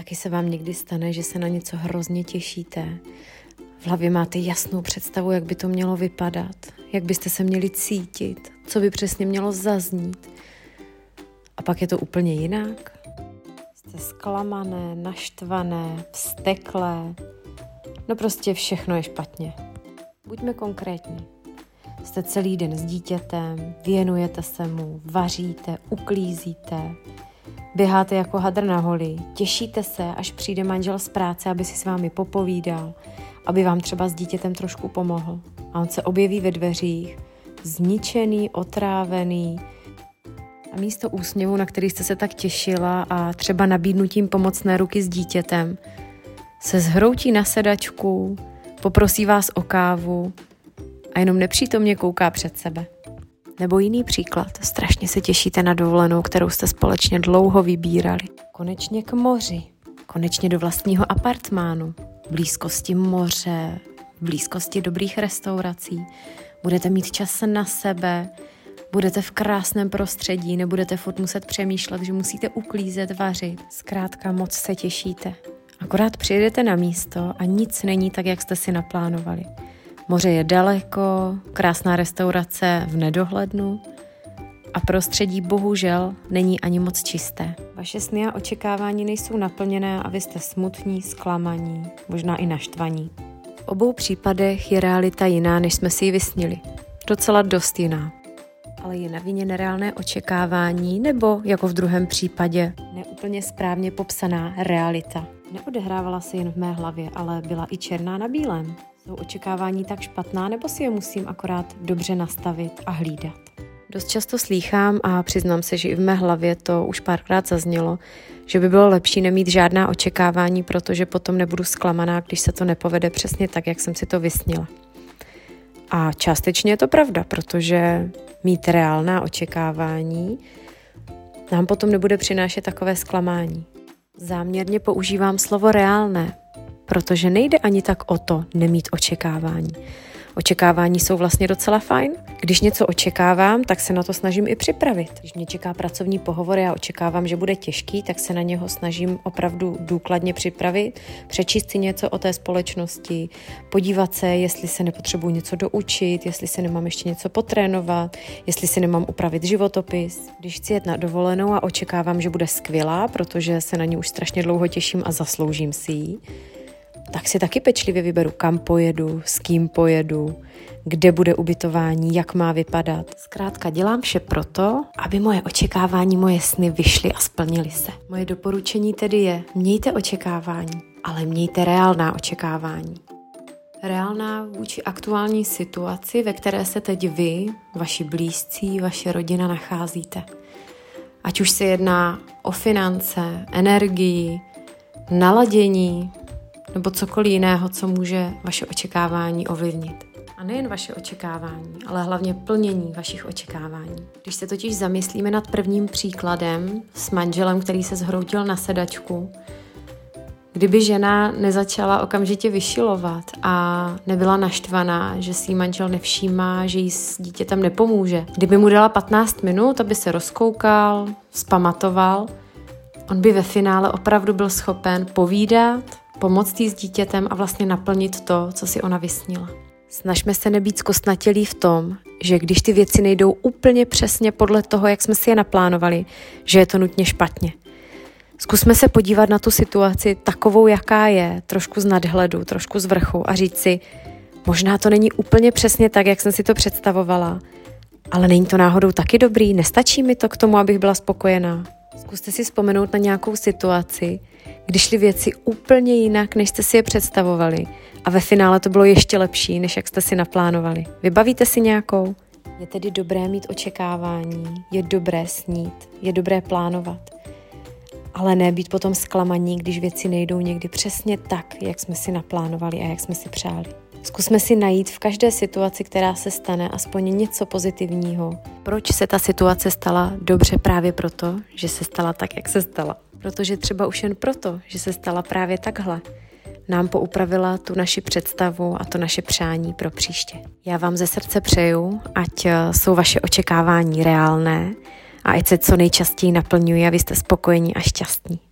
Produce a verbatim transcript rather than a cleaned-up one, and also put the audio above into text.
Taky se vám někdy stane, že se na něco hrozně těšíte. V hlavě máte jasnou představu, jak by to mělo vypadat, jak byste se měli cítit, co by přesně mělo zaznít. A pak je to úplně jinak. Jste zklamané, naštvané, vzteklé. No prostě všechno je špatně. Buďme konkrétní. Jste celý den s dítětem, věnujete se mu, vaříte, uklízíte, běháte jako hadr na holi, těšíte se, až přijde manžel z práce, aby si s vámi popovídal, aby vám třeba s dítětem trošku pomohl. A on se objeví ve dveřích, zničený, otrávený. A místo úsměvu, na který jste se tak těšila a třeba nabídnutím pomocné ruky s dítětem, se zhroutí na sedačku, poprosí vás o kávu a jenom nepřítomně kouká před sebe. Nebo jiný příklad, strašně se těšíte na dovolenou, kterou jste společně dlouho vybírali. Konečně k moři, konečně do vlastního apartmánu, v blízkosti moře, v blízkosti dobrých restaurací. Budete mít čas na sebe, budete v krásném prostředí, nebudete furt muset přemýšlet, že musíte uklízet, vařit. Zkrátka moc se těšíte. Akorát přijedete na místo a nic není tak, jak jste si naplánovali. Moře je daleko, krásná restaurace v nedohlednu a prostředí bohužel není ani moc čisté. Vaše sny a očekávání nejsou naplněné a vy jste smutní, zklamaní, možná i naštvaní. V obou případech je realita jiná, než jsme si ji vysnili. Docela dost jiná. Ale je na vině nereálné očekávání nebo, jako v druhém případě, neúplně správně popsaná realita. Neodehrávala se jen v mé hlavě, ale byla i černá na bílém. Jsou očekávání tak špatná, nebo si je musím akorát dobře nastavit a hlídat? Dost často slýchám a přiznám se, že i v mé hlavě to už párkrát zaznělo, že by bylo lepší nemít žádná očekávání, protože potom nebudu zklamaná, když se to nepovede přesně tak, jak jsem si to vysnila. A částečně je to pravda, protože mít reálná očekávání nám potom nebude přinášet takové zklamání. Záměrně používám slovo reálné, protože nejde ani tak o to nemít očekávání. Očekávání jsou vlastně docela fajn. Když něco očekávám, tak se na to snažím i připravit. Když mě čeká pracovní pohovor, já očekávám, že bude těžký, tak se na něho snažím opravdu důkladně připravit, přečíst si něco o té společnosti, podívat se, jestli se nepotřebuji něco doučit, jestli se nemám ještě něco potrénovat, jestli si nemám upravit životopis. Když chci jet na dovolenou a očekávám, že bude skvělá, protože se na ní už strašně dlouho těším a zasloužím si ji, tak si taky pečlivě vyberu, kam pojedu, s kým pojedu, kde bude ubytování, jak má vypadat. Zkrátka dělám vše proto, aby moje očekávání, moje sny vyšly a splnily se. Moje doporučení tedy je, mějte očekávání, ale mějte reálná očekávání. Reálná vůči aktuální situaci, ve které se teď vy, vaši blízcí, vaše rodina nacházíte. Ať už se jedná o finance, energii, naladění, nebo cokoliv jiného, co může vaše očekávání ovlivnit. A nejen vaše očekávání, ale hlavně plnění vašich očekávání. Když se totiž zamyslíme nad prvním příkladem s manželem, který se zhroutil na sedačku, kdyby žena nezačala okamžitě vyšilovat a nebyla naštvaná, že si jí manžel nevšímá, že jí s dítětem nepomůže. Kdyby mu dala patnáct minut, aby se rozkoukal, vzpamatoval, on by ve finále opravdu byl schopen povídat, pomoct jí s dítětem a vlastně naplnit to, co si ona vysnila. Snažme se nebýt zkostnatělí v tom, že když ty věci nejdou úplně přesně podle toho, jak jsme si je naplánovali, že je to nutně špatně. Zkusme se podívat na tu situaci takovou, jaká je, trošku z nadhledu, trošku z vrchu a říct si, možná to není úplně přesně tak, jak jsem si to představovala, ale není to náhodou taky dobrý, nestačí mi to k tomu, abych byla spokojená. Zkuste si vzpomenout na nějakou situaci, když šly věci úplně jinak, než jste si je představovali a ve finále to bylo ještě lepší, než jak jste si naplánovali. Vybavíte si nějakou? Je tedy dobré mít očekávání, je dobré snít, je dobré plánovat, ale ne být potom zklamaní, když věci nejdou někdy přesně tak, jak jsme si naplánovali a jak jsme si přáli. Zkusme si najít v každé situaci, která se stane, aspoň něco pozitivního. Proč se ta situace stala dobře právě proto, že se stala tak, jak se stala. Protože třeba už jen proto, že se stala právě takhle, nám poupravila tu naši představu a to naše přání pro příště. Já vám ze srdce přeju, ať jsou vaše očekávání reálné a ať se co nejčastěji naplňují a vy jste spokojení a šťastní.